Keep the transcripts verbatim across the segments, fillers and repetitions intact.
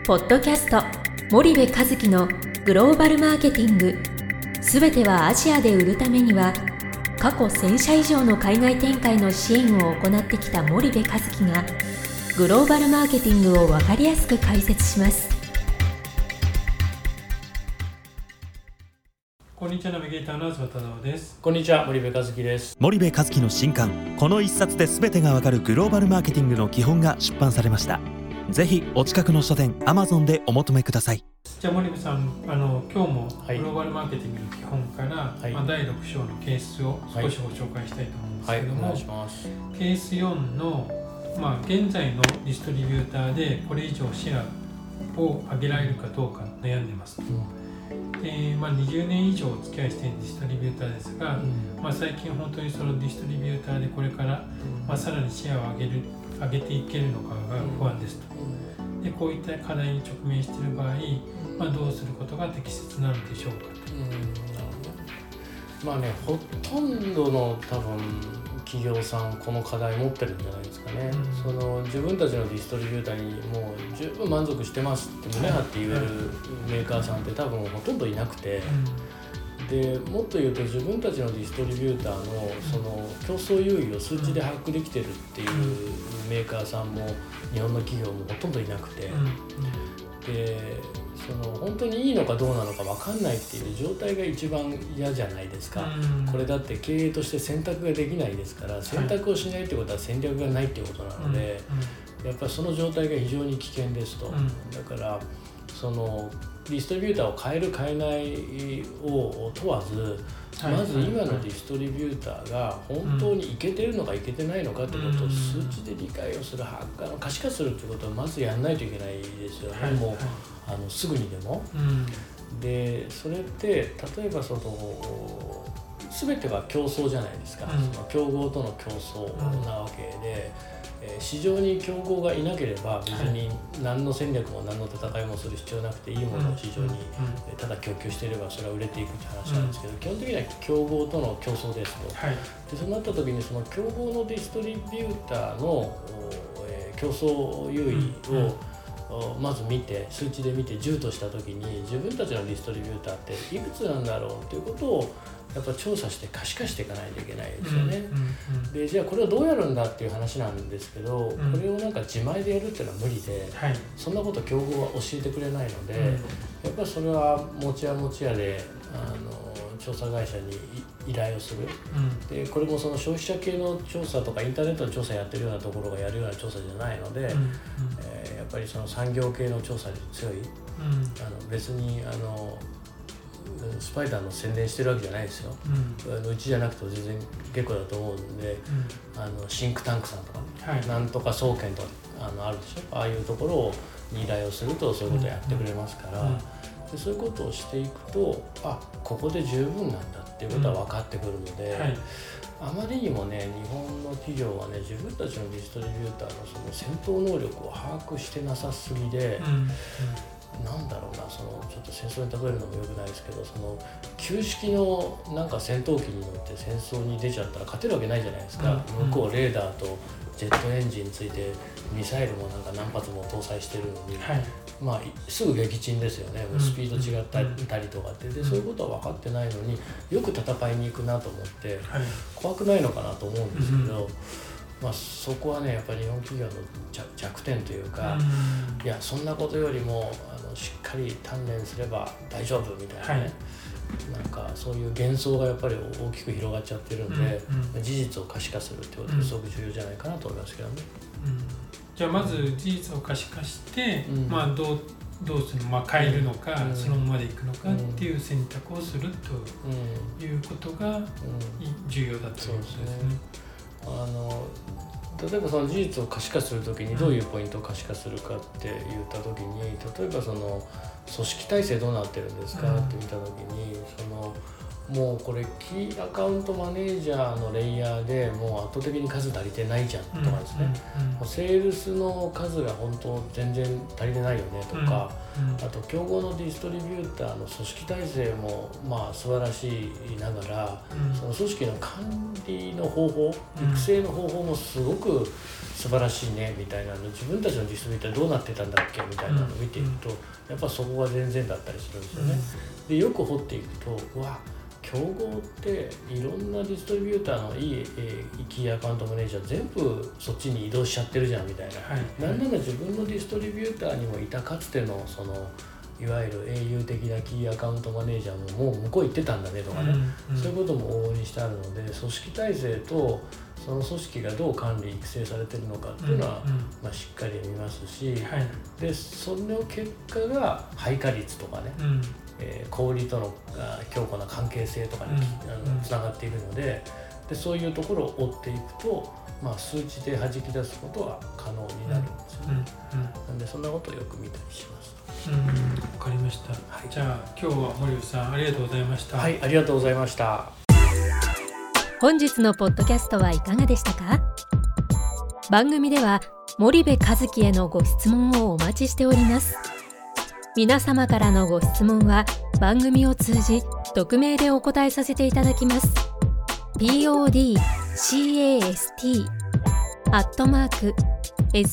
ポッドキャスト森部一樹のグローバルマーケティング、すべてはアジアで売るためには、過去せん社以上の海外展開の支援を行ってきた森部一樹がグローバルマーケティングを分かりやすく解説します。 こんにちは、ナビゲーターの東忠夫です。 こんにちは、森部一樹です。 森部一樹の新刊、この一冊で全てがわかるグローバルマーケティングの基本が出版されました。ぜひお近くの書店 Amazon でお求めください。 じゃあ森部さん、あの今日もはいグローバルマーケティングの基本から、 はいまあ、だいろく章のケースを少しご紹介したいと思うんですはい、 けども、 お願いします。 ケースよんの、まあ、現在のディストリビューターでこれ以上シェアを上げられるかどうか悩んでますと。えーまあ、にじゅうねん以上お付き合いしているディストリビューターですが、まあ、最近本当にそのディストリビューターでこれから、まあ、さらにシェアを上げる上げていけるのかが不安ですと。でこういった課題に直面している場合、まあ、どうすることが適切なのでしょうかと。 うん、なるほど。まあね、ほとんどの多分企業さんこの課題持ってるんじゃないですかね、うん、その自分たちのディストリビューターにもう十分満足してますって胸張って言えるメーカーさんって多分ほとんどいなくて、うん、でもっと言うと自分たちのディストリビューターのその競争優位を数値で把握できてるっていうメーカーさんも日本の企業もほとんどいなくて、うん、でその本当にいいのかどうなのか分かんないっていう状態が一番嫌じゃないですか、うん、これだって経営として選択ができないですから、選択をしないってことは戦略がないってことなので、うん、やっぱりその状態が非常に危険ですと、うん、だからそのディストリビューターを変える変えないを問わず、まず今のディストリビューターが本当にいけてるのかいけてないのかってことを数値で理解をする、可視化するってことをまずやらないといけないですよね、はい、もうあのすぐにでも、うん、でそれって例えばその全ては競争じゃないですか、うん、その競合との競争なわけで、うん、市場に競合がいなければ別に何の戦略も何の戦いもする必要なくて、いいものを市場にただ供給していればそれは売れていくって話なんですけど、うん、基本的には競合との競争ですと、はい、でそうなった時にその競合のディストリビューターの、えー、競争優位を、うんうんまず見て数値で見てじゅうとした時に自分たちのディストリビューターっていくつなんだろうということをやっぱ調査して可視化していかないといけないですよね、うんうんうん、でじゃあこれをどうやるんだっていう話なんですけど、うん、これをなんか自前でやるっていうのは無理で、はい、そんなこと競合は教えてくれないので、うん、やっぱりそれは持ち屋持ち屋であの調査会社に依頼をする、うん、でこれもその消費者系の調査とかインターネットの調査やってるようなところがやるような調査じゃないので、うんうんえー、やっぱりその産業系の調査に強い、うん、あの別にあのスパイダーの宣伝してるわけじゃないですよ、うん、あのうちじゃなくて全然結構だと思うんで、うん、あのシンクタンクさんとか、はい、なんとか総研とかあのあるでしょ、ああいうところをに依頼をするとそういうことをやってくれますから、うんうんでそういうことをしていくと、あ、ここで十分なんだっていうことは分かってくるので、うんはい、あまりにもね日本の企業はね自分たちのディストリビューターのその戦闘能力を把握してなさすぎで、うんうん、なんだろうな、そのちょっと戦争に例えるのもよくないですけど、その旧式のなんか戦闘機に乗って戦争に出ちゃったら勝てるわけないじゃないですか、うんうん、向こうレーダーとジェットエンジンついてミサイルもなんか何発も搭載してるのに、はい、まあ、すぐ撃沈ですよね、もうスピード違ったりとかって、でそういうことは分かってないのによく戦いに行くなと思って、はい、怖くないのかなと思うんですけど、まあ、そこはねやっぱり日本企業の弱点というか、いやそんなことよりもあのしっかり鍛錬すれば大丈夫みたいなね、はい、なんかそういう幻想がやっぱり大きく広がっちゃってるんで、うんうん、事実を可視化するってことがすごく重要じゃないかなと思いますけどね、 うん、じゃあまず事実を可視化して、うんまあ、どうどうするの、まあ、変えるのか、うん、そのままでいくのかっていう選択をするということが重要だということですね。 あの例えばその事実を可視化するときにどういうポイントを可視化するかって言ったときに、例えばその組織体制どうなってるんですかって見たときに、そのもうこれキーアカウントマネージャーのレイヤーでもう圧倒的に数足りてないじゃんとかですね、 うんうんうん、 もうセールスの数が本当全然足りてないよねとか、うんうん、あと競合のディストリビューターの組織体制もまあ素晴らしいながら、うん、その組織の管理の方法、育成の方法もすごく素晴らしいねみたいなの、自分たちのディストリビューターどうなってたんだっけみたいなのを見ていくと、やっぱそこが全然だったりするんですよね。でよく掘っていくと、うわ競合っていろんなディストリビューターのいい、えー、キーアカウントマネージャー全部そっちに移動しちゃってるじゃんみたいな、はい、なんなら自分のディストリビューターにもいたかつてのそのいわゆる英雄的なキーアカウントマネージャーももう向こう行ってたんだねとかね、うんうん、そういうことも往々にしてあるので、組織体制とその組織がどう管理育成されてるのかっていうのは、うんうん、まあ、しっかり見ますし、はい、でその結果が配下率とかね、うん、えー、小売りとの強固な関係性とかにつながっているので、でそういうところを追っていくと、まあ、数値で弾き出すことは可能になるんですよね、うんうんうん、なんでそんなことをよく見たりします。 うん、わかりました、はい、じゃあ今日は森内さんありがとうございました。 はい、ありがとうございました。 本日のポッドキャストはいかがでしたか？番組では森部一樹へのご質問をお待ちしております。皆様からのご質問は番組を通じ匿名でお答えさせていただきます。 podcast アットマーク spydergrp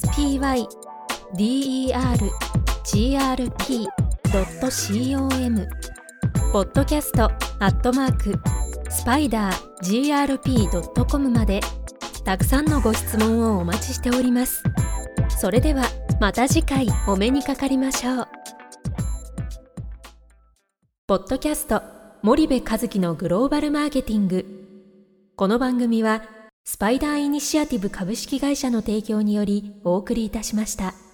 ドット com ポッドキャストアットマークスパイダー ジーアールピー ドット コム までたくさんのご質問をお待ちしております。それではまた次回お目にかかりましょう。ポッドキャスト森部一樹のグローバルマーケティング。この番組はスパイダーイニシアティブ株式会社の提供によりお送りいたしました。